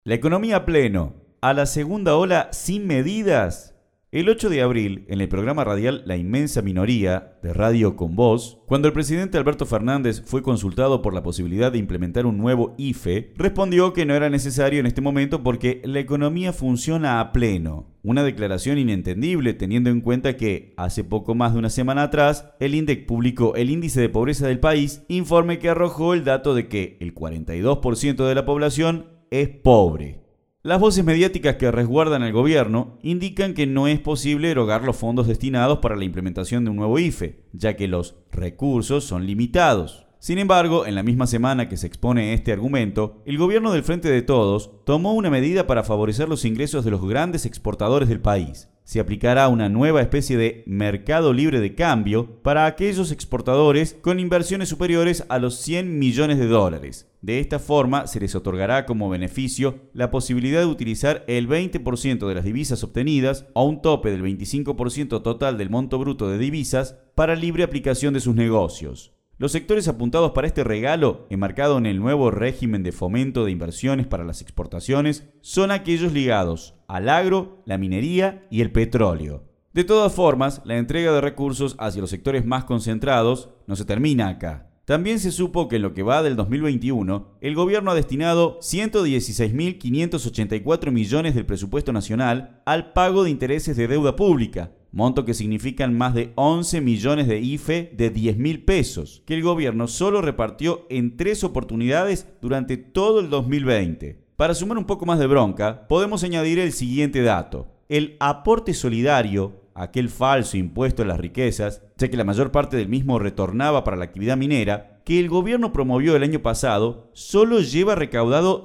La economía a pleno, a la segunda ola sin medidas. El 8 de abril, en el programa radial La Inmensa Minoría, de Radio Con Voz, cuando el presidente Alberto Fernández fue consultado por la posibilidad de implementar un nuevo IFE, respondió que no era necesario en este momento porque la economía funciona a pleno. Una declaración inentendible teniendo en cuenta que, hace poco más de una semana atrás, el INDEC publicó el índice de pobreza del país, informe que arrojó el dato de que el 42% de la población es pobre. Las voces mediáticas que resguardan al gobierno indican que no es posible erogar los fondos destinados para la implementación de un nuevo IFE, ya que los recursos son limitados. Sin embargo, en la misma semana que se expone este argumento, el gobierno del Frente de Todos tomó una medida para favorecer los ingresos de los grandes exportadores del país. Se aplicará una nueva especie de mercado libre de cambio para aquellos exportadores con inversiones superiores a los 100 millones de dólares. De esta forma, se les otorgará como beneficio la posibilidad de utilizar el 20% de las divisas obtenidas o un tope del 25% total del monto bruto de divisas para libre aplicación de sus negocios. Los sectores apuntados para este regalo, enmarcado en el nuevo régimen de fomento de inversiones para las exportaciones, son aquellos ligados al agro, la minería y el petróleo. De todas formas, la entrega de recursos hacia los sectores más concentrados no se termina acá. También se supo que en lo que va del 2021, el gobierno ha destinado 116.584 millones del presupuesto nacional al pago de intereses de deuda pública, monto que significan más de 11 millones de IFE de 10.000 pesos, que el gobierno solo repartió en 3 oportunidades durante todo el 2020. Para sumar un poco más de bronca, podemos añadir el siguiente dato. El aporte solidario, aquel falso impuesto a las riquezas, ya que la mayor parte del mismo retornaba para la actividad minera, que el gobierno promovió el año pasado, solo lleva recaudado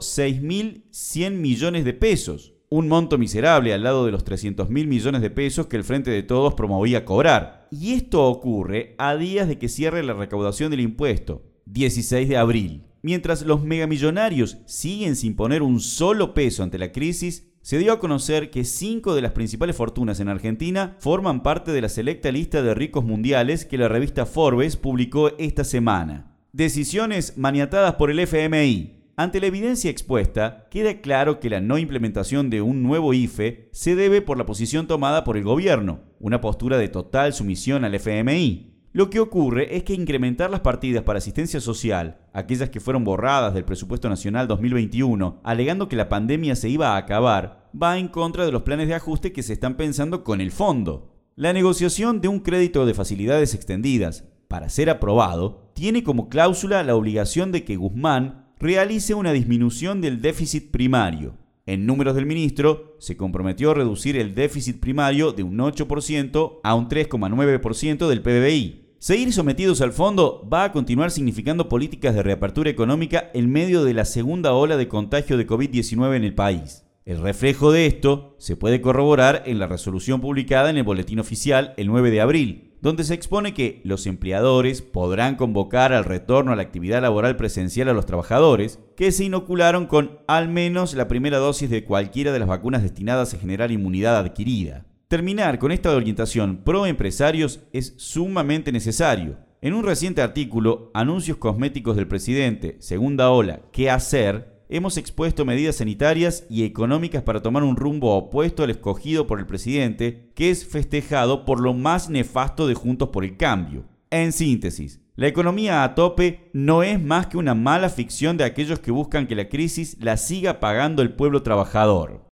6.100 millones de pesos. Un monto miserable al lado de los 300.000 millones de pesos que el Frente de Todos promovía cobrar. Y esto ocurre a días de que cierre la recaudación del impuesto, 16 de abril. Mientras los megamillonarios siguen sin poner un solo peso ante la crisis, se dio a conocer que 5 de las principales fortunas en Argentina forman parte de la selecta lista de ricos mundiales que la revista Forbes publicó esta semana. Decisiones maniatadas por el FMI. Ante la evidencia expuesta, queda claro que la no implementación de un nuevo IFE se debe por la posición tomada por el gobierno, una postura de total sumisión al FMI. Lo que ocurre es que incrementar las partidas para asistencia social, aquellas que fueron borradas del presupuesto nacional 2021, alegando que la pandemia se iba a acabar, va en contra de los planes de ajuste que se están pensando con el fondo. La negociación de un crédito de facilidades extendidas, para ser aprobado, tiene como cláusula la obligación de que Guzmán realice una disminución del déficit primario. En números del ministro, se comprometió a reducir el déficit primario de un 8% a un 3,9% del PBI. Seguir sometidos al fondo va a continuar significando políticas de reapertura económica en medio de la segunda ola de contagio de COVID-19 en el país. El reflejo de esto se puede corroborar en la resolución publicada en el Boletín Oficial el 9 de abril, donde se expone que los empleadores podrán convocar al retorno a la actividad laboral presencial a los trabajadores que se inocularon con al menos la primera dosis de cualquiera de las vacunas destinadas a generar inmunidad adquirida. Terminar con esta orientación pro empresarios es sumamente necesario. En un reciente artículo, Anuncios cosméticos del presidente, segunda ola, ¿qué hacer?, hemos expuesto medidas sanitarias y económicas para tomar un rumbo opuesto al escogido por el presidente, que es festejado por lo más nefasto de Juntos por el Cambio. En síntesis, la economía a tope no es más que una mala ficción de aquellos que buscan que la crisis la siga pagando el pueblo trabajador.